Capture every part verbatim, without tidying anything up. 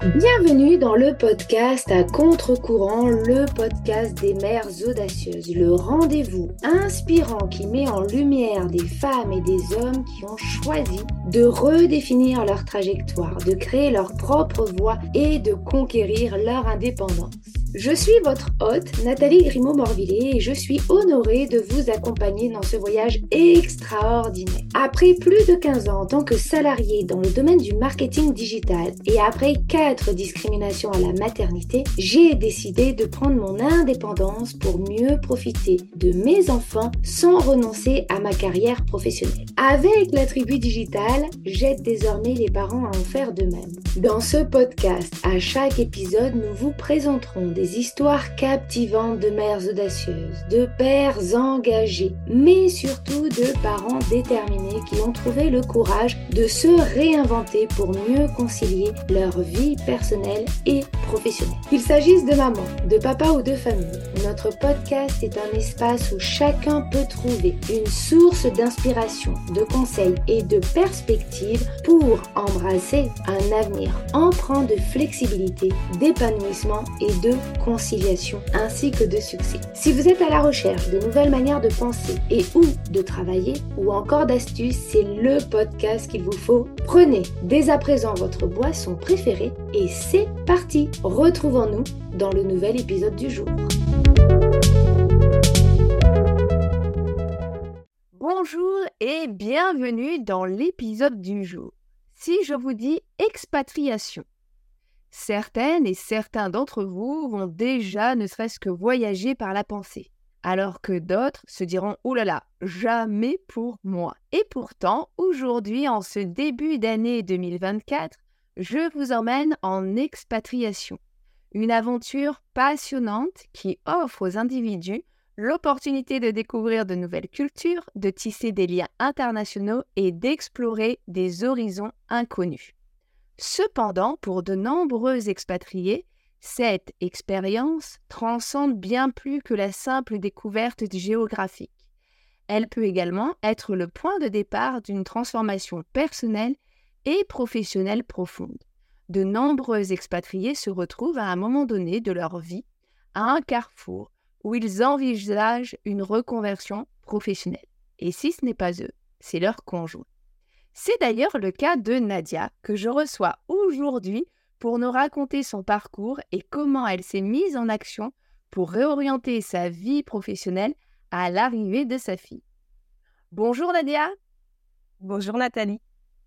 Bienvenue dans le podcast à contre-courant, le podcast des mères audacieuses, le rendez-vous inspirant qui met en lumière des femmes et des hommes qui ont choisi de redéfinir leur trajectoire, de créer leur propre voie et de conquérir leur indépendance. Je suis votre hôte, Nathalie Grimaud-Morvillet, et je suis honorée de vous accompagner dans ce voyage extraordinaire. Après plus de quinze ans en tant que salariée dans le domaine du marketing digital et après quatre discriminations à la maternité, j'ai décidé de prendre mon indépendance pour mieux profiter de mes enfants sans renoncer à ma carrière professionnelle. Avec la tribu digitale, j'aide désormais les parents à en faire de même. Dans ce podcast, à chaque épisode, nous vous présenterons des Des histoires captivantes de mères audacieuses, de pères engagés, mais surtout de parents déterminés qui ont trouvé le courage de se réinventer pour mieux concilier leur vie personnelle et professionnelle. Qu'il s'agisse de maman, de papa ou de famille, notre podcast est un espace où chacun peut trouver une source d'inspiration, de conseils et de perspectives pour embrasser un avenir empreint de flexibilité, d'épanouissement et de conciliation ainsi que de succès. Si vous êtes à la recherche de nouvelles manières de penser et ou de travailler ou encore d'astuces, c'est le podcast qu'il vous faut. Prenez dès à présent votre boisson préférée et c'est parti. Retrouvons-nous dans le nouvel épisode du jour. Bonjour et bienvenue dans l'épisode du jour. Si je vous dis expatriation, certaines et certains d'entre vous vont déjà ne serait-ce que voyager par la pensée, alors que d'autres se diront « Ouh là là, jamais pour moi ». Et pourtant, aujourd'hui, en ce début d'année deux mille vingt-quatre, je vous emmène en expatriation. Une aventure passionnante qui offre aux individus l'opportunité de découvrir de nouvelles cultures, de tisser des liens internationaux et d'explorer des horizons inconnus. Cependant, pour de nombreux expatriés, cette expérience transcende bien plus que la simple découverte géographique. Elle peut également être le point de départ d'une transformation personnelle et professionnelle profonde. De nombreux expatriés se retrouvent à un moment donné de leur vie à un carrefour où ils envisagent une reconversion professionnelle. Et si ce n'est pas eux, c'est leur conjoint. C'est d'ailleurs le cas de Nadia, que je reçois aujourd'hui pour nous raconter son parcours et comment elle s'est mise en action pour réorienter sa vie professionnelle à l'arrivée de sa fille. Bonjour Nadia. Bonjour Nathalie.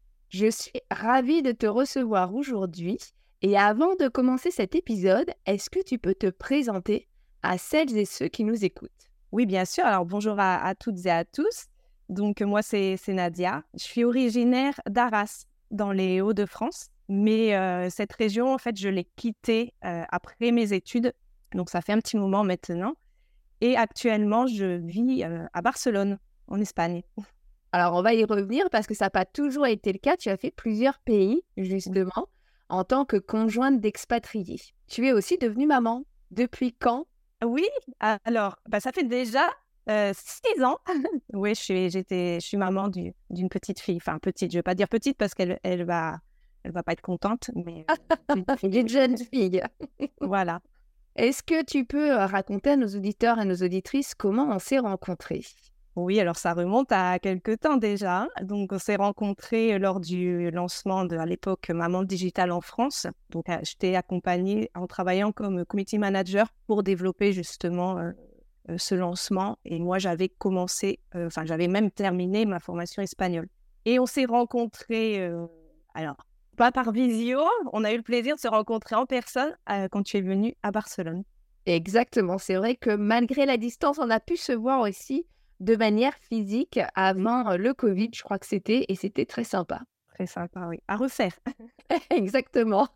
Je suis ravie de te recevoir aujourd'hui et avant de commencer cet épisode, est-ce que tu peux te présenter à celles et ceux qui nous écoutent? Oui, bien sûr. Alors bonjour à, à toutes et à tous. Donc, moi, c'est, c'est Nadia. Je suis originaire d'Arras, dans les Hauts-de-France. Mais euh, cette région, en fait, je l'ai quittée euh, après mes études. Donc, ça fait un petit moment maintenant. Et actuellement, je vis euh, à Barcelone, en Espagne. Alors, on va y revenir parce que ça n'a pas toujours été le cas. Tu as fait plusieurs pays, justement, en tant que conjointe d'expatriés. Tu es aussi devenue maman. Depuis quand? Oui, alors, bah, ça fait déjà... Euh, six ans. Oui, je suis, j'étais, je suis maman du, d'une petite fille. Enfin, petite, je ne vais pas dire petite parce qu'elle elle va, elle va pas être contente. Mais une jeune fille. Voilà. Est-ce que tu peux raconter à nos auditeurs et nos auditrices comment on s'est rencontrés? Oui, alors ça remonte à quelques temps déjà. Donc, on s'est rencontrés lors du lancement de, à l'époque, Maman Digital en France. Donc, je t'ai accompagnée en travaillant comme community manager pour développer justement... Euh, ce lancement et moi j'avais commencé, euh, enfin j'avais même terminé ma formation espagnole et on s'est rencontrés, euh, alors pas par visio, on a eu le plaisir de se rencontrer en personne euh, quand tu es venue à Barcelone. Exactement, c'est vrai que malgré la distance, on a pu se voir aussi de manière physique avant le Covid, je crois que c'était, et c'était très sympa. Très sympa, oui, à refaire. Exactement.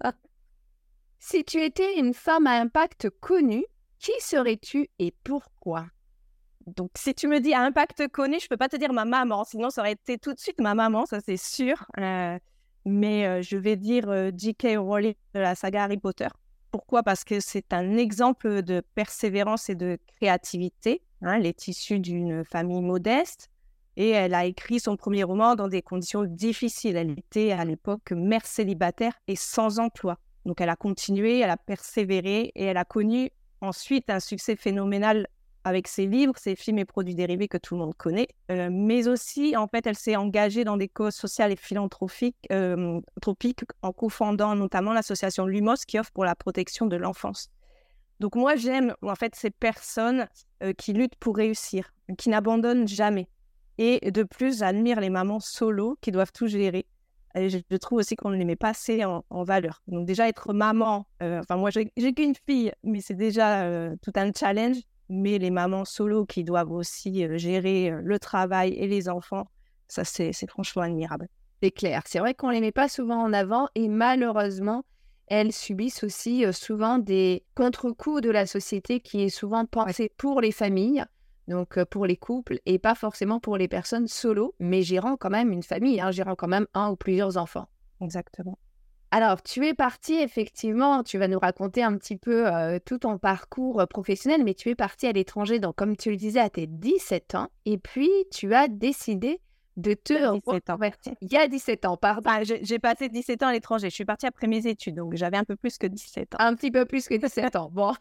Si tu étais une femme à impact connue, qui serais-tu et pourquoi? Donc, si tu me dis à impact connu, je ne peux pas te dire ma maman, sinon ça aurait été tout de suite ma maman, ça c'est sûr. Euh, mais euh, je vais dire euh, J K. Rowling de la saga Harry Potter. Pourquoi? Parce que c'est un exemple de persévérance et de créativité. Hein, elle est issue d'une famille modeste et elle a écrit son premier roman dans des conditions difficiles. Elle était à l'époque mère célibataire et sans emploi. Donc, elle a continué, elle a persévéré et elle a connu ensuite un succès phénoménal avec ses livres, ses films et produits dérivés que tout le monde connaît. Euh, mais aussi, en fait, elle s'est engagée dans des causes sociales et philanthropiques euh, tropiques, en cofondant notamment l'association Lumos qui offre pour la protection de l'enfance. Donc moi, j'aime en fait ces personnes euh, qui luttent pour réussir, qui n'abandonnent jamais. Et de plus, j'admire les mamans solo qui doivent tout gérer. Et je, je trouve aussi qu'on ne les met pas assez en, en valeur. Donc déjà, être maman, euh, enfin moi, j'ai, j'ai qu'une fille, mais c'est déjà euh, tout un challenge. Mais les mamans solo qui doivent aussi euh, gérer euh, le travail et les enfants, ça, c'est, c'est franchement admirable. C'est clair. C'est vrai qu'on ne les met pas souvent en avant et malheureusement, elles subissent aussi euh, souvent des contre-coups de la société qui est souvent pensée ouais. pour les familles, donc euh, pour les couples et pas forcément pour les personnes solo, mais gérant quand même une famille, hein, gérant quand même un ou plusieurs enfants. Exactement. Alors, tu es partie effectivement, tu vas nous raconter un petit peu euh, tout ton parcours euh, professionnel, mais tu es partie à l'étranger, donc comme tu le disais, à tes dix-sept ans, et puis tu as décidé de te reconvertir. Il y a dix-sept ans, pardon. Enfin, j'ai, j'ai passé dix-sept ans à l'étranger. Je suis partie après mes études, donc j'avais un peu plus que dix-sept ans. Un petit peu plus que dix-sept ans, bon.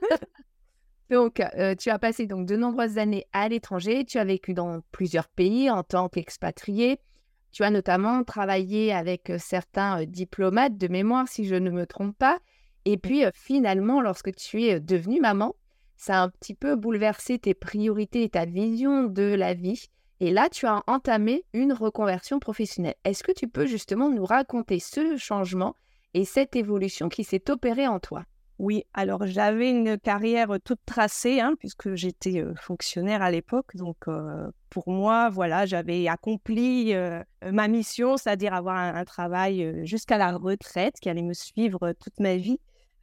Donc, euh, tu as passé donc de nombreuses années à l'étranger. Tu as vécu dans plusieurs pays en tant qu'expatrié. Tu as notamment travaillé avec euh, certains euh, diplomates de mémoire, si je ne me trompe pas. Et puis, euh, finalement, lorsque tu es devenue maman, ça a un petit peu bouleversé tes priorités et ta vision de la vie. Et là, tu as entamé une reconversion professionnelle. Est-ce que tu peux justement nous raconter ce changement et cette évolution qui s'est opérée en toi ? Oui, alors j'avais une carrière toute tracée, hein, puisque j'étais euh, fonctionnaire à l'époque. Donc, euh, pour moi, voilà, j'avais accompli euh, ma mission, c'est-à-dire avoir un, un travail euh, jusqu'à la retraite qui allait me suivre euh, toute ma vie.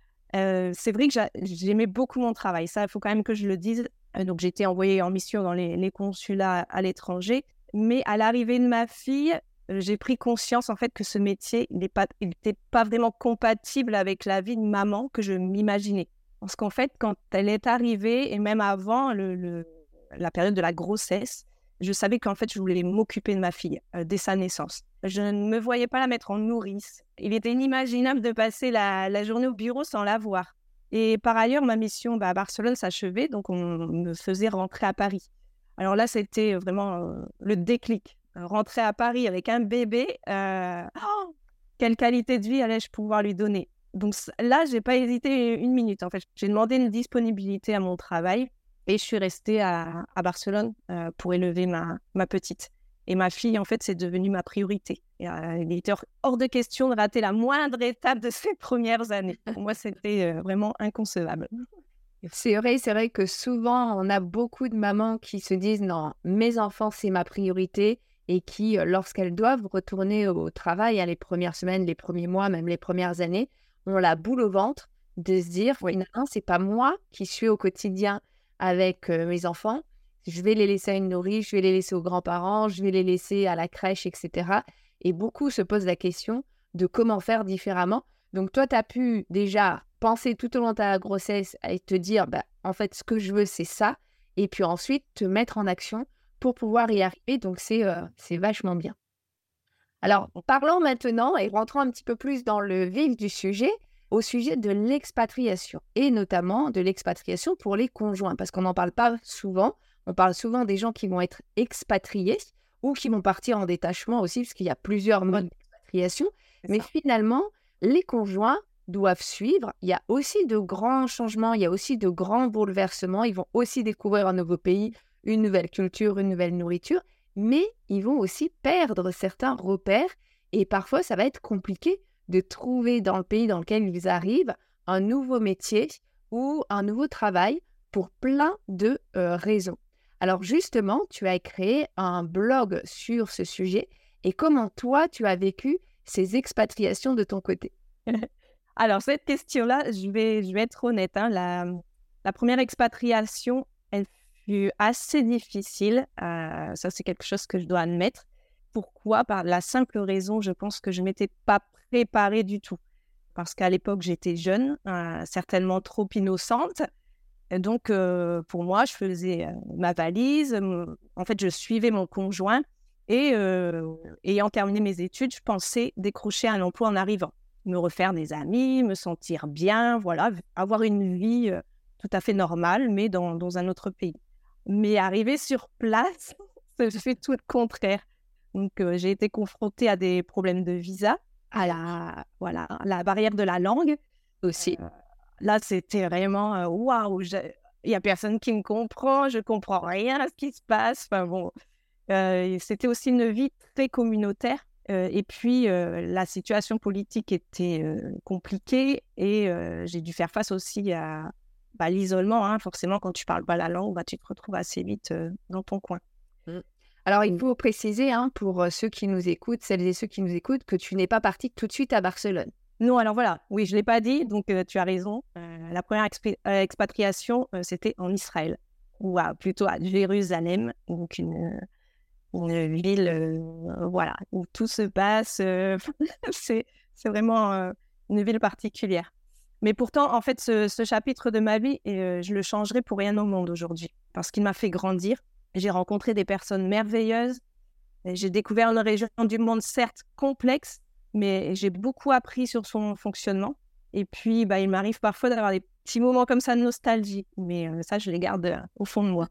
Euh, c'est vrai que j'a- j'aimais beaucoup mon travail, ça, il faut quand même que je le dise. Euh, donc, j'ai été envoyée en mission dans les, les consulats à l'étranger. Mais à l'arrivée de ma fille, euh, j'ai pris conscience en fait que ce métier, il n'était pas vraiment compatible avec la vie de maman que je m'imaginais. Parce qu'en fait, quand elle est arrivée, et même avant le, le, la période de la grossesse, je savais qu'en fait, je voulais m'occuper de ma fille euh, dès sa naissance. Je ne me voyais pas la mettre en nourrice. Il était inimaginable de passer la, la journée au bureau sans la voir. Et par ailleurs, ma mission bah, à Barcelone s'achevait, donc on me faisait rentrer à Paris. Alors là, c'était vraiment euh, le déclic. Euh, rentrer à Paris avec un bébé, euh, oh, quelle qualité de vie allais-je pouvoir lui donner? Donc là, je n'ai pas hésité une minute. En fait, j'ai demandé une disponibilité à mon travail et je suis restée à, à Barcelone euh, pour élever ma, ma petite. Et ma fille, en fait, c'est devenu ma priorité. Et, euh, il était hors, hors de question de rater la moindre étape de ces premières années. Pour moi, c'était euh, vraiment inconcevable. C'est vrai, c'est vrai que souvent, on a beaucoup de mamans qui se disent « Non, mes enfants, c'est ma priorité » et qui, lorsqu'elles doivent retourner au travail, à les premières semaines, les premiers mois, même les premières années, ont la boule au ventre de se dire oui. « Finalement, ce n'est pas moi qui suis au quotidien avec euh, mes enfants. Je vais les laisser à une nourrice, je vais les laisser aux grands-parents, je vais les laisser à la crèche, et cetera » Et beaucoup se posent la question de comment faire différemment. Donc, toi, tu as pu déjà penser tout au long de ta grossesse et te dire bah, en fait, ce que je veux, c'est ça. Et puis ensuite, te mettre en action pour pouvoir y arriver. Donc, c'est, euh, c'est vachement bien. Alors, parlons maintenant et rentrons un petit peu plus dans le vif du sujet, au sujet de l'expatriation et notamment de l'expatriation pour les conjoints, parce qu'on n'en parle pas souvent. On parle souvent des gens qui vont être expatriés ou qui vont partir en détachement aussi, parce qu'il y a plusieurs modes d'expatriation. Mais finalement, les conjoints doivent suivre. Il y a aussi de grands changements, il y a aussi de grands bouleversements. Ils vont aussi découvrir un nouveau pays, une nouvelle culture, une nouvelle nourriture, mais ils vont aussi perdre certains repères et parfois ça va être compliqué de trouver dans le pays dans lequel ils arrivent un nouveau métier ou un nouveau travail pour plein de euh, raisons. Alors justement, tu as créé un blog sur ce sujet et comment toi tu as vécu ces expatriations de ton côté? Alors, cette question-là, je vais, je vais être honnête. Hein, la, la première expatriation, elle fut assez difficile. Euh, ça, c'est quelque chose que je dois admettre. Pourquoi? Par la simple raison, je pense que je ne m'étais pas préparée du tout. Parce qu'à l'époque, j'étais jeune, euh, certainement trop innocente. Et donc, euh, pour moi, je faisais euh, ma valise. Mon... En fait, je suivais mon conjoint. Et euh, ayant terminé mes études, je pensais décrocher un emploi en arrivant. me refaire des amis, me sentir bien, voilà, avoir une vie euh, tout à fait normale, mais dans, dans un autre pays. Mais arrivé sur place, je fais tout le contraire. Donc, euh, j'ai été confrontée à des problèmes de visa, à la, voilà, à la barrière de la langue aussi. Euh, là, c'était vraiment euh, waouh, il n'y a personne qui me comprend, je ne comprends rien à ce qui se passe. Enfin bon, euh, c'était aussi une vie très communautaire. Euh, et puis, euh, la situation politique était euh, compliquée et euh, j'ai dû faire face aussi à bah, l'isolement. Hein. Forcément, quand tu ne parles pas la langue, bah, tu te retrouves assez vite euh, dans ton coin. Mmh. Alors, il faut préciser, hein, pour ceux qui nous écoutent, celles et ceux qui nous écoutent, que tu n'es pas partie tout de suite à Barcelone. Non, alors voilà, oui, je ne l'ai pas dit, donc euh, tu as raison. Euh, la première exp- euh, expatriation, euh, c'était en Israël, ou à, plutôt à Jérusalem, donc une, une ville euh, voilà, où tout se passe. Euh, c'est, c'est vraiment euh, une ville particulière. Mais pourtant, en fait, ce, ce chapitre de ma vie, euh, je le changerai pour rien au monde aujourd'hui, parce qu'il m'a fait grandir. J'ai rencontré des personnes merveilleuses. J'ai découvert une région du monde, certes complexe, mais j'ai beaucoup appris sur son fonctionnement. Et puis, bah, il m'arrive parfois d'avoir des petits moments comme ça de nostalgie. Mais euh, ça, je les garde euh, au fond de moi.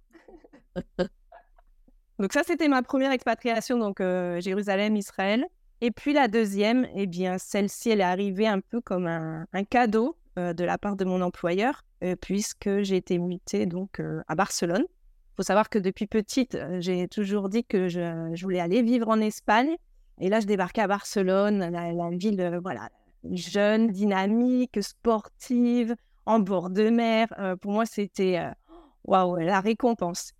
Donc ça, c'était ma première expatriation, donc euh, Jérusalem, Israël. Et puis la deuxième, eh bien, celle-ci, elle est arrivée un peu comme un, un cadeau euh, de la part de mon employeur, euh, puisque j'ai été mutée donc, euh, à Barcelone. Il faut savoir que depuis petite, j'ai toujours dit que je, je voulais aller vivre en Espagne. Et là, je débarquais à Barcelone, la, la ville euh, voilà, jeune, dynamique, sportive, en bord de mer. Euh, pour moi, c'était euh, waouh, la récompense.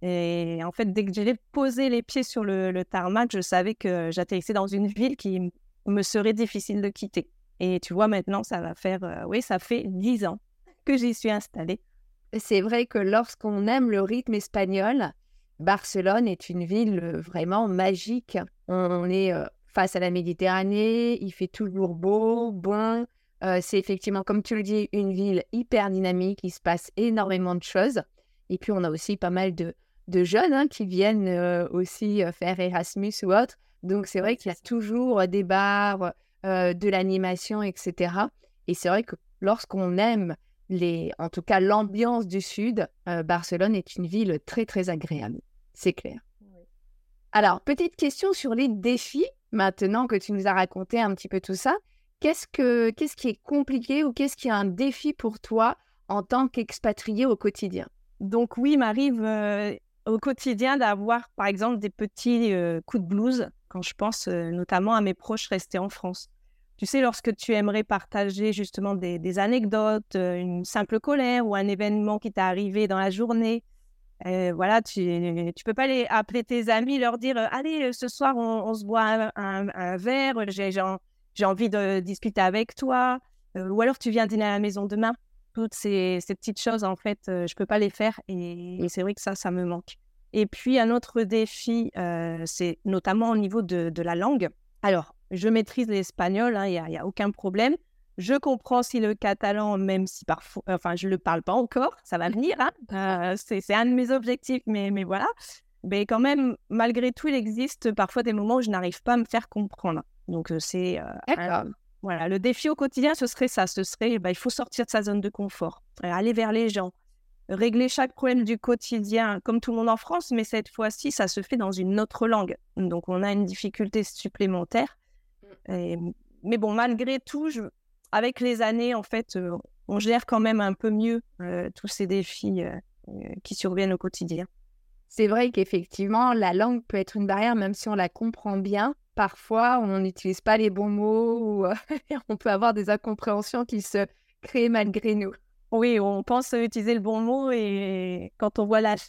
Et en fait, dès que j'ai posé les pieds sur le, le tarmac, je savais que j'atterrissais dans une ville qui m- me serait difficile de quitter. Et tu vois, maintenant, ça va faire, euh, oui, ça fait dix ans que j'y suis installée. C'est vrai que lorsqu'on aime le rythme espagnol, Barcelone est une ville euh, vraiment magique. On est euh, face à la Méditerranée, il fait toujours beau, bon. Euh, c'est effectivement, comme tu le dis, une ville hyper dynamique, il se passe énormément de choses. Et puis, on a aussi pas mal de, de jeunes hein, qui viennent euh, aussi euh, faire Erasmus ou autre. Donc, c'est vrai qu'il y a toujours euh, des bars, euh, de l'animation, et cetera. Et c'est vrai que lorsqu'on aime les, en tout cas l'ambiance du Sud, euh, Barcelone est une ville très, très agréable. C'est clair. Oui. Alors, petite question sur les défis, maintenant que tu nous as raconté un petit peu tout ça. Qu'est-ce que, qu'est-ce qui est compliqué ou qu'est-ce qui est un défi pour toi en tant qu'expatrié au quotidien? Donc oui, il m'arrive euh, au quotidien d'avoir, par exemple, des petits euh, coups de blues quand je pense euh, notamment à mes proches restés en France. Tu sais, lorsque tu aimerais partager justement des, des anecdotes, euh, une simple colère ou un événement qui t'est arrivé dans la journée, euh, voilà, tu ne peux pas les appeler tes amis, leur dire euh, « Allez, ce soir, on, on se boit un, un, un verre, j'ai, j'ai, j'ai envie de discuter avec toi. Euh, » ou alors tu viens dîner à la maison demain. Toutes ces, ces petites choses, en fait, euh, je ne peux pas les faire et, et c'est vrai que ça, ça me manque. Et puis, un autre défi, euh, c'est notamment au niveau de, de la langue. Alors, je maîtrise l'espagnol, il n'y a, y a aucun problème. Je comprends aussi le catalan, même si parfois, enfin, je ne le parle pas encore, ça va venir. Hein. Euh, c'est, c'est un de mes objectifs, mais, mais voilà. Mais quand même, malgré tout, il existe parfois des moments où je n'arrive pas à me faire comprendre. Donc, euh, c'est... Euh, D'accord. un, voilà, le défi au quotidien, ce serait ça. Ce serait, bah, il faut sortir de sa zone de confort, aller vers les gens, régler chaque problème du quotidien, comme tout le monde en France, mais cette fois-ci, ça se fait dans une autre langue. Donc, on a une difficulté supplémentaire. Et, mais bon, malgré tout, je, avec les années, en fait, euh, on gère quand même un peu mieux euh, tous ces défis euh, euh, qui surviennent au quotidien. C'est vrai qu'effectivement, la langue peut être une barrière, même si on la comprend bien. Parfois, on n'utilise pas les bons mots ou euh, on peut avoir des incompréhensions qui se créent malgré nous. Oui, on pense utiliser le bon mot et quand on voit la,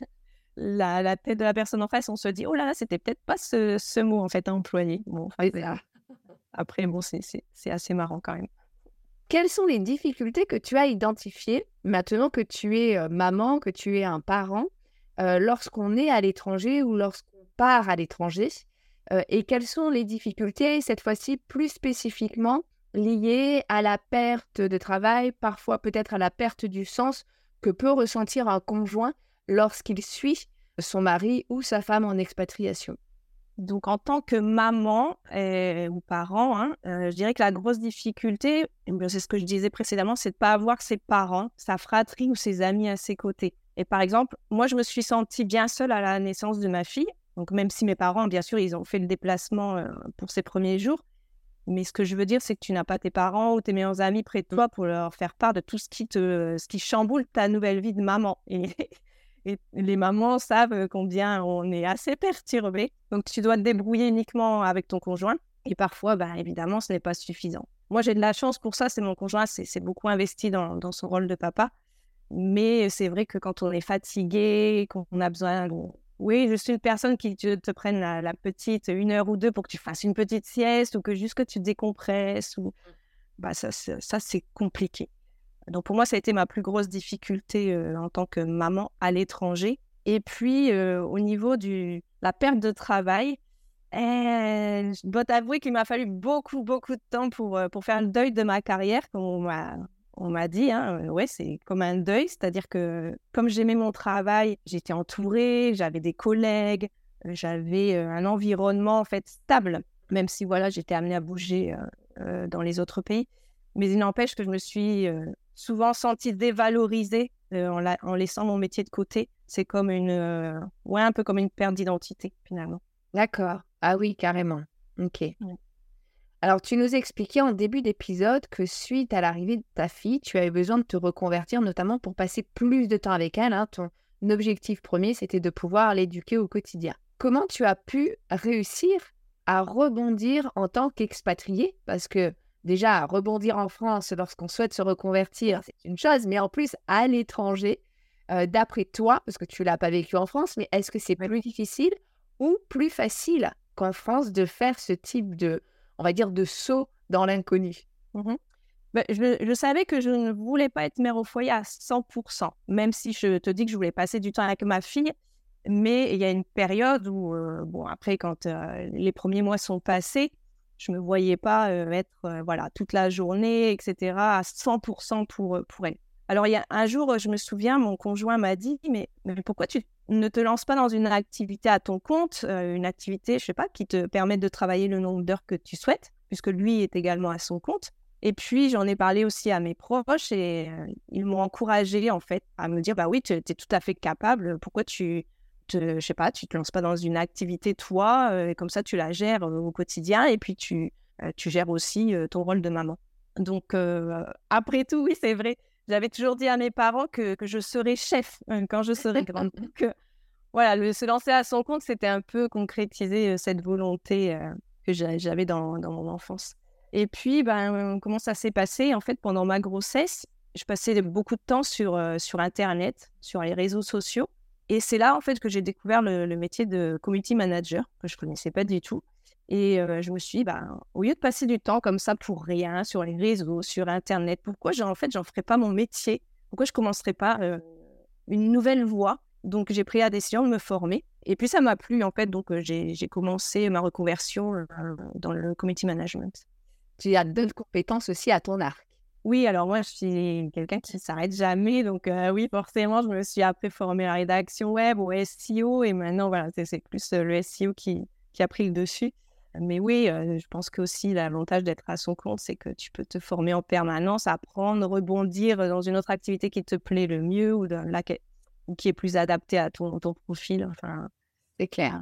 la, la tête de la personne en face, on se dit « Oh là là, c'était peut-être pas ce, ce mot en fait à employer. » Bon, Oui, c'est ça. après, bon, c'est, c'est, c'est assez marrant quand même. Quelles sont les difficultés que tu as identifiées maintenant que tu es euh, maman, que tu es un parent, euh, lorsqu'on est à l'étranger ou lorsqu'on part à l'étranger euh, et quelles sont les difficultés, cette fois-ci plus spécifiquement, liées à la perte de travail, parfois peut-être à la perte du sens que peut ressentir un conjoint lorsqu'il suit son mari ou sa femme en expatriation? Donc, en tant que maman euh, ou parent, hein, euh, je dirais que la grosse difficulté, eh bien, c'est ce que je disais précédemment, c'est de ne pas avoir ses parents, sa fratrie ou ses amis à ses côtés. Et par exemple, moi, je me suis sentie bien seule à la naissance de ma fille. Donc, même si mes parents, bien sûr, ils ont fait le déplacement euh, pour ces premiers jours. Mais ce que je veux dire, c'est que tu n'as pas tes parents ou tes meilleurs amis près de toi pour leur faire part de tout ce qui, te, ce qui chamboule ta nouvelle vie de maman. Et... Et les mamans savent combien on est assez perturbé. Donc, tu dois te débrouiller uniquement avec ton conjoint. Et parfois, bah, évidemment, ce n'est pas suffisant. Moi, j'ai de la chance pour ça. C'est mon conjoint, c'est, c'est beaucoup investi dans, dans son rôle de papa. Mais c'est vrai que quand on est fatigué, qu'on a besoin... Oui, je suis une personne qui te, te prenne la, la petite une heure ou deux pour que tu fasses une petite sieste ou que juste que tu te décompresses. Ou... Bah, ça, ça, ça, c'est compliqué. Donc, pour moi, ça a été ma plus grosse difficulté euh, en tant que maman à l'étranger. Et puis, euh, au niveau de la perte de travail, eh, je dois t'avouer qu'il m'a fallu beaucoup, beaucoup de temps pour, euh, pour faire le deuil de ma carrière, comme on m'a, on m'a dit. Hein. Ouais, c'est comme un deuil, c'est-à-dire que comme j'aimais mon travail, j'étais entourée, j'avais des collègues, j'avais euh, un environnement en fait stable, même si voilà, j'étais amenée à bouger euh, euh, dans les autres pays. Mais il n'empêche que je me suis... Euh, souvent sentie dévalorisée euh, en, la, en laissant mon métier de côté. C'est comme une, euh, ouais, un peu comme une perte d'identité, finalement. D'accord. Ah oui, carrément. Ok. Ouais. Alors, tu nous expliquais en début d'épisode que suite à l'arrivée de ta fille, tu avais besoin de te reconvertir, notamment pour passer plus de temps avec elle. Hein. Ton objectif premier, c'était de pouvoir l'éduquer au quotidien. Comment tu as pu réussir à rebondir en tant qu'expatriée? Parce que déjà, rebondir en France lorsqu'on souhaite se reconvertir, c'est une chose, mais en plus, à l'étranger, euh, d'après toi, parce que tu ne l'as pas vécu en France, mais est-ce que c'est plus difficile ou plus facile qu'en France de faire ce type de, on va dire, de saut dans l'inconnu? Mmh. Ben, je, je savais que je ne voulais pas être mère au foyer à cent pour cent, même si je te dis que je voulais passer du temps avec ma fille. Mais il y a une période où, euh, bon, après, quand euh, les premiers mois sont passés, je ne me voyais pas euh, être euh, voilà, toute la journée, et cetera, à cent pour cent pour, pour elle. Alors, il y a un jour, je me souviens, mon conjoint m'a dit mais, « Mais pourquoi tu ne te lances pas dans une activité à ton compte, euh, une activité, je ne sais pas, qui te permette de travailler le nombre d'heures que tu souhaites, puisque lui est également à son compte. » Et puis, j'en ai parlé aussi à mes proches et euh, ils m'ont encouragée, en fait, à me dire « Bah oui, tu es tout à fait capable. Pourquoi tu... Te, je sais pas, tu te lances pas dans une activité toi, euh, et comme ça tu la gères euh, au quotidien et puis tu, euh, tu gères aussi euh, ton rôle de maman. » Donc euh, après tout, oui, c'est vrai, j'avais toujours dit à mes parents que, que je serais chef euh, quand je serais grande. Donc euh, voilà, le, se lancer à son compte, c'était un peu concrétiser euh, cette volonté euh, que j'avais dans, dans mon enfance. Et puis, ben, comment ça s'est passé? En fait, pendant ma grossesse, je passais beaucoup de temps sur, euh, sur Internet, sur les réseaux sociaux. Et c'est là, en fait, que j'ai découvert le, le métier de community manager, que je ne connaissais pas du tout. Et euh, je me suis dit, bah, au lieu de passer du temps comme ça pour rien, sur les réseaux, sur Internet, pourquoi, en fait, j'en ferais pas mon métier? Pourquoi je ne commencerais pas euh, une nouvelle voie? Donc, j'ai pris la décision de me former. Et puis, ça m'a plu, en fait. Donc, euh, j'ai, j'ai commencé ma reconversion euh, dans le community management. Tu as d'autres compétences aussi à ton arc. Oui, alors moi, je suis quelqu'un qui ne s'arrête jamais. Donc, euh, oui, forcément, je me suis après formée à la rédaction web, au S E O. Et maintenant, voilà, c'est, c'est plus euh, le S E O qui, qui a pris le dessus. Mais oui, euh, je pense qu'aussi l'avantage d'être à son compte, c'est que tu peux te former en permanence, apprendre, rebondir dans une autre activité qui te plaît le mieux ou, dans la, ou qui est plus adaptée à ton, ton profil. Enfin, c'est clair.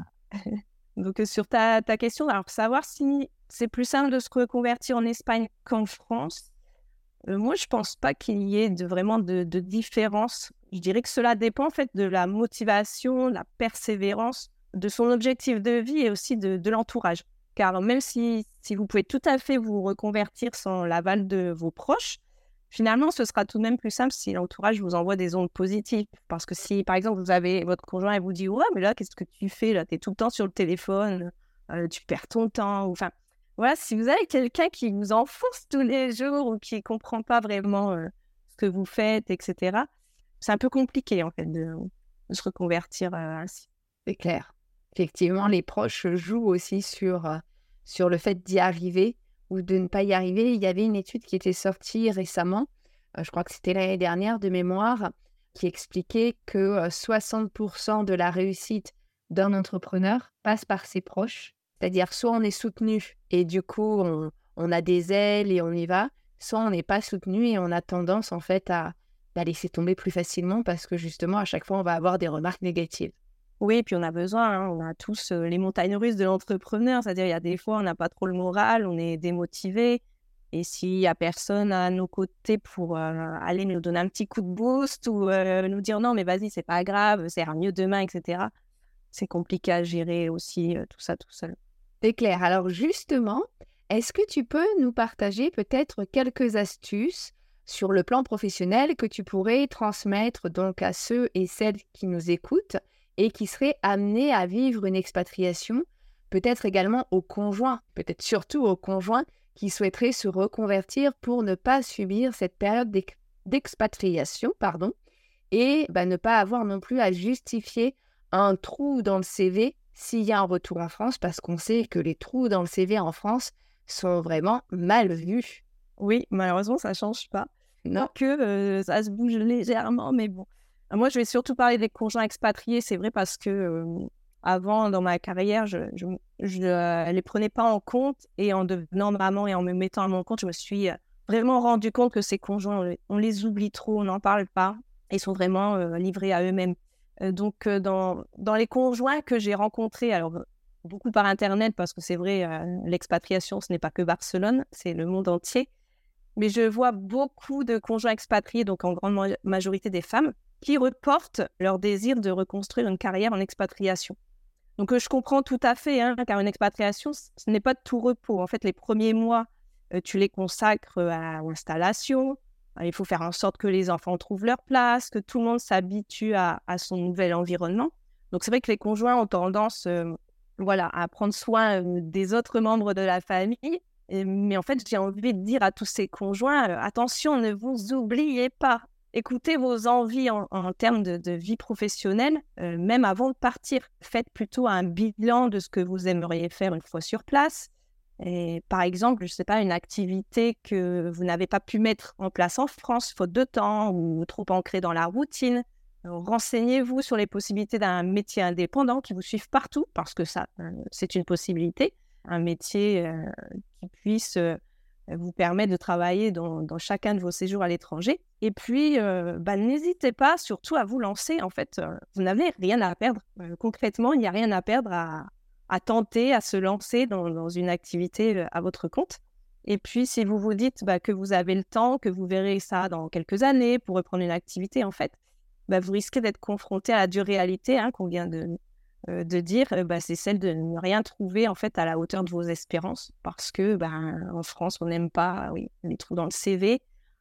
Donc, sur ta, ta question, alors savoir si c'est plus simple de se reconvertir en Espagne qu'en France, euh, moi, je ne pense pas qu'il y ait de, vraiment de, de différence. Je dirais que cela dépend en fait de la motivation, de la persévérance, de son objectif de vie et aussi de, de l'entourage. Car même si, si vous pouvez tout à fait vous reconvertir sans l'aval de vos proches, finalement, ce sera tout de même plus simple si l'entourage vous envoie des ondes positives. Parce que si, par exemple, vous avez votre conjoint et vous dit « Ouais, mais là, qu'est-ce que tu fais là? Tu es tout le temps sur le téléphone, euh, tu perds ton temps. » Enfin, voilà, si vous avez quelqu'un qui vous enfonce tous les jours ou qui ne comprend pas vraiment euh, ce que vous faites, et cetera, c'est un peu compliqué, en fait, de, de se reconvertir euh, ainsi. C'est clair. Effectivement, les proches jouent aussi sur, euh, sur le fait d'y arriver ou de ne pas y arriver. Il y avait une étude qui était sortie récemment, euh, je crois que c'était l'année dernière de mémoire, qui expliquait que euh, soixante pour cent de la réussite d'un entrepreneur passe par ses proches C'est-à-dire, soit on est soutenu et du coup, on, on a des ailes et on y va, soit on n'est pas soutenu et on a tendance en fait à, à laisser tomber plus facilement parce que justement, à chaque fois, on va avoir des remarques négatives. Oui, puis on a besoin, hein, on a tous euh, les montagnes russes de l'entrepreneur, c'est-à-dire il y a des fois on n'a pas trop le moral, on est démotivé, et s'il n'y a personne à nos côtés pour euh, aller nous donner un petit coup de boost ou euh, nous dire non mais vas-y c'est pas grave, ça ira mieux demain, et cetera, c'est compliqué à gérer aussi euh, tout ça tout seul. C'est clair. Alors justement, est-ce que tu peux nous partager peut-être quelques astuces sur le plan professionnel que tu pourrais transmettre donc à ceux et celles qui nous écoutent et qui seraient amenés à vivre une expatriation, peut-être également aux conjoints, peut-être surtout aux conjoints qui souhaiteraient se reconvertir pour ne pas subir cette période d'ex- d'expatriation, pardon, et bah, ne pas avoir non plus à justifier un trou dans le C V s'il y a un retour en France, parce qu'on sait que les trous dans le C V en France sont vraiment mal vus. Oui, malheureusement ça change pas. Non. Que euh, ça se bouge légèrement, mais bon. Moi, je vais surtout parler des conjoints expatriés, c'est vrai, parce que euh, avant, dans ma carrière, je ne euh, les prenais pas en compte, et en devenant maman et en me mettant à mon compte, je me suis euh, vraiment rendu compte que ces conjoints, on les, on les oublie trop, on n'en parle pas, ils sont vraiment euh, livrés à eux-mêmes. Euh, donc, euh, dans, dans les conjoints que j'ai rencontrés, alors beaucoup par Internet, parce que c'est vrai, euh, l'expatriation, ce n'est pas que Barcelone, c'est le monde entier. Mais je vois beaucoup de conjoints expatriés, donc en grande ma- majorité des femmes, qui reportent leur désir de reconstruire une carrière en expatriation. Donc euh, je comprends tout à fait, hein, car une expatriation, c- ce n'est pas de tout repos. En fait, les premiers mois, euh, tu les consacres à l'installation. Euh, il faut faire en sorte que les enfants trouvent leur place, que tout le monde s'habitue à, à son nouvel environnement. Donc c'est vrai que les conjoints ont tendance euh, voilà, à prendre soin euh, des autres membres de la famille. Et- mais en fait, j'ai envie de dire à tous ces conjoints, euh, attention, ne vous oubliez pas. Écoutez vos envies en, en termes de, de vie professionnelle, euh, même avant de partir. Faites plutôt un bilan de ce que vous aimeriez faire une fois sur place. Et par exemple, je ne sais pas, une activité que vous n'avez pas pu mettre en place en France, faute de temps ou trop ancrée dans la routine. Euh, Renseignez-vous sur les possibilités d'un métier indépendant qui vous suive partout, parce que ça, euh, c'est une possibilité. Un métier euh, qui puisse euh, vous permettre de travailler dans, dans chacun de vos séjours à l'étranger. Et puis, euh, bah, n'hésitez pas surtout à vous lancer. En fait, euh, vous n'avez rien à perdre. Euh, concrètement, il n'y a rien à perdre à, à tenter, à se lancer dans, dans une activité euh, à votre compte. Et puis, si vous vous dites bah, que vous avez le temps, que vous verrez ça dans quelques années pour reprendre une activité, en fait, bah, vous risquez d'être confronté à la dure réalité hein, qu'on vient de, euh, de dire, euh, bah, c'est celle de ne rien trouver en fait à la hauteur de vos espérances, parce que bah, en France, on n'aime pas oui, les trous dans le C V.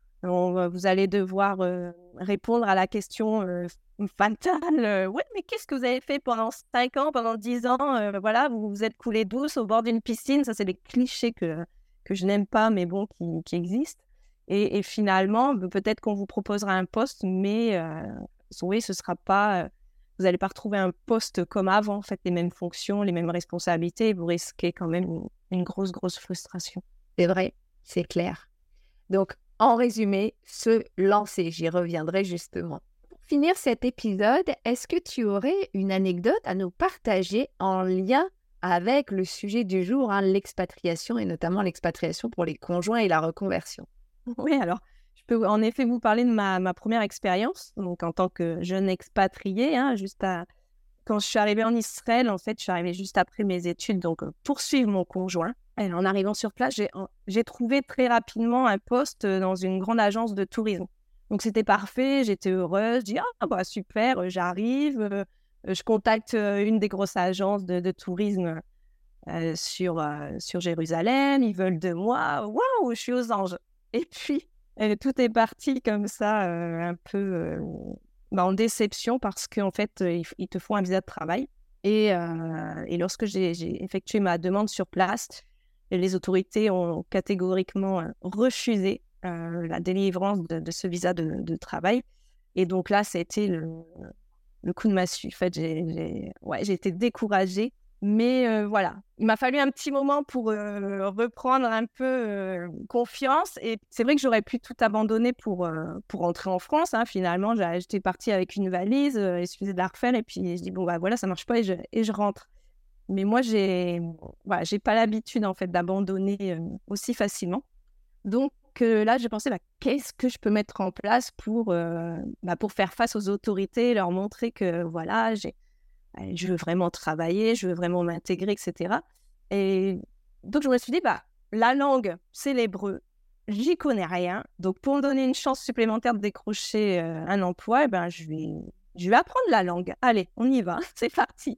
On, vous allez devoir euh, répondre à la question euh, fatale. Euh, ouais, mais qu'est-ce que vous avez fait pendant cinq ans, pendant dix ans euh, Voilà, vous vous êtes coulé douce au bord d'une piscine. Ça, c'est des clichés que, que je n'aime pas, mais bon, qui, qui existent. Et, et finalement, peut-être qu'on vous proposera un poste, mais euh, oui, ce sera pas... Euh, vous n'allez pas retrouver un poste comme avant, en fait, les mêmes fonctions, les mêmes responsabilités. Vous risquez quand même une, une grosse, grosse frustration. C'est vrai, c'est clair. Donc, en résumé, se lancer, j'y reviendrai justement. Pour finir cet épisode, est-ce que tu aurais une anecdote à nous partager en lien avec le sujet du jour, hein, l'expatriation et notamment l'expatriation pour les conjoints et la reconversion? Oui, alors, je peux en effet vous parler de ma, ma première expérience, donc en tant que jeune expatriée, hein, juste à... Quand je suis arrivée en Israël, en fait, je suis arrivée juste après mes études, donc euh, pour suivre mon conjoint. Et en arrivant sur place, j'ai, j'ai trouvé très rapidement un poste dans une grande agence de tourisme. Donc c'était parfait, j'étais heureuse, je dis « Ah bah super, euh, j'arrive, euh, je contacte euh, une des grosses agences de, de tourisme euh, sur, euh, sur Jérusalem, ils veulent de moi, waouh, je suis aux anges !» Et puis, euh, tout est parti comme ça, euh, un peu euh, bah, en déception, parce qu'en fait, euh, il, il te faut un visa de travail. Et, euh, et lorsque j'ai, j'ai effectué ma demande sur place, les autorités ont catégoriquement euh, refusé euh, la délivrance de, de ce visa de, de travail. Et donc là, ça a été le, le coup de massue. En fait, j'ai, j'ai, ouais, j'ai été découragée. Mais euh, voilà, il m'a fallu un petit moment pour euh, reprendre un peu euh, confiance. Et c'est vrai que j'aurais pu tout abandonner pour, euh, pour rentrer en France. Hein. Finalement, j'étais partie avec une valise, euh, il suffisait de la refaire. Et puis, je dis, bon, bah voilà, ça marche pas et je, et je rentre. Mais moi, j'ai voilà, j'ai pas l'habitude en fait d'abandonner euh, aussi facilement. Donc euh, là, j'ai pensé, bah, qu'est-ce que je peux mettre en place pour, euh, bah, pour faire face aux autorités, leur montrer que voilà, j'ai, euh, je veux vraiment travailler, je veux vraiment m'intégrer, et cetera. Et donc, je me suis dit, bah, la langue, c'est l'hébreu. J'y connais rien. Donc, pour me donner une chance supplémentaire de décrocher euh, un emploi, eh ben, je vais, je vais apprendre la langue. Allez, on y va, c'est parti.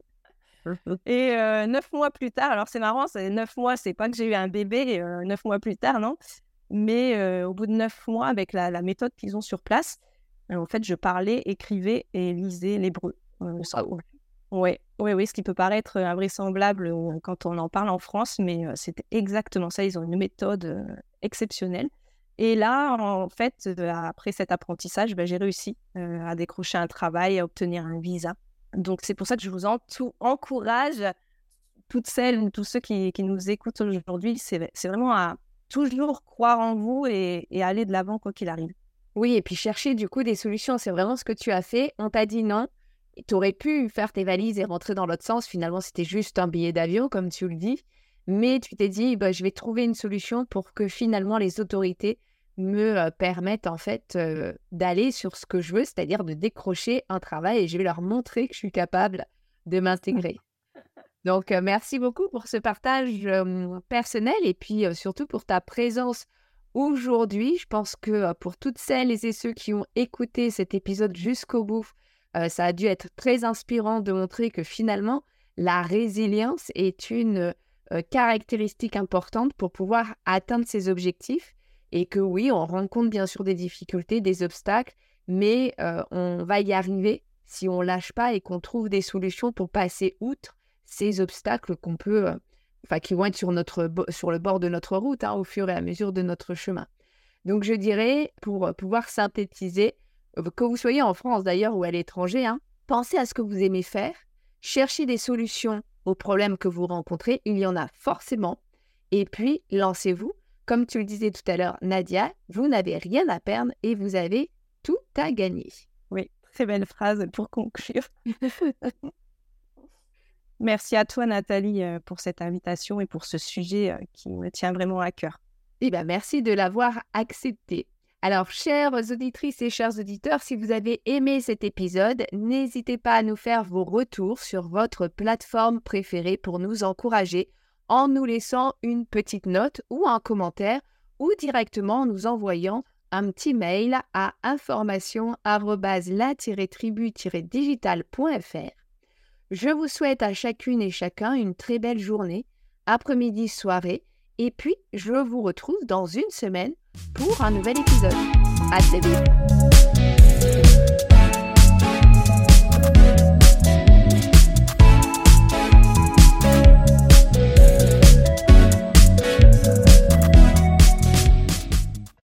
Et euh, neuf mois plus tard, alors c'est marrant, c'est neuf mois, c'est pas que j'ai eu un bébé, euh, neuf mois plus tard, non. Mais euh, au bout de neuf mois, avec la, la méthode qu'ils ont sur place, euh, en fait, je parlais, écrivais et lisais l'hébreu. Euh, sans- Waouh. Ouais, ouais, oui, ce qui peut paraître euh, invraisemblable euh, quand on en parle en France, mais euh, c'était exactement ça. Ils ont une méthode euh, exceptionnelle. Et là, en fait, euh, après cet apprentissage, ben, j'ai réussi euh, à décrocher un travail, à obtenir un visa. Donc, c'est pour ça que je vous en tout encourage, toutes celles ou tous ceux qui, qui nous écoutent aujourd'hui, c'est, c'est vraiment à toujours croire en vous et, et aller de l'avant quoi qu'il arrive. Oui, et puis chercher du coup des solutions, c'est vraiment ce que tu as fait. On t'a dit non, tu aurais pu faire tes valises et rentrer dans l'autre sens. Finalement, c'était juste un billet d'avion, comme tu le dis. Mais tu t'es dit, bah, je vais trouver une solution pour que finalement les autorités me euh, permettent en fait euh, d'aller sur ce que je veux, c'est-à-dire de décrocher un travail et je vais leur montrer que je suis capable de m'intégrer. Donc, euh, merci beaucoup pour ce partage euh, personnel et puis euh, surtout pour ta présence aujourd'hui. Je pense que euh, pour toutes celles et ceux qui ont écouté cet épisode jusqu'au bout, euh, ça a dû être très inspirant de montrer que finalement, la résilience est une euh, caractéristique importante pour pouvoir atteindre ses objectifs et que oui, on rencontre bien sûr des difficultés, des obstacles, mais euh, on va y arriver si on lâche pas et qu'on trouve des solutions pour passer outre ces obstacles qu'on peut, euh, enfin, qui vont être sur, notre, bo- sur le bord de notre route hein, au fur et à mesure de notre chemin. Donc, je dirais, pour euh, pouvoir synthétiser, euh, que vous soyez en France d'ailleurs ou à l'étranger, hein, pensez à ce que vous aimez faire, cherchez des solutions aux problèmes que vous rencontrez, il y en a forcément, et puis lancez-vous. Comme tu le disais tout à l'heure, Nadia, vous n'avez rien à perdre et vous avez tout à gagner. Oui, très belle phrase pour conclure. Merci à toi, Nathalie, euh, pour cette invitation et pour ce sujet euh, qui me tient vraiment à cœur. Eh bien, merci de l'avoir accepté. Alors, chères auditrices et chers auditeurs, si vous avez aimé cet épisode, n'hésitez pas à nous faire vos retours sur votre plateforme préférée pour nous encourager en nous laissant une petite note ou un commentaire ou directement en nous envoyant un petit mail à information arobase la tiret tribu tiret digital point f r. Je vous souhaite à chacune et chacun une très belle journée, après-midi, soirée, et puis je vous retrouve dans une semaine pour un nouvel épisode. À très vite.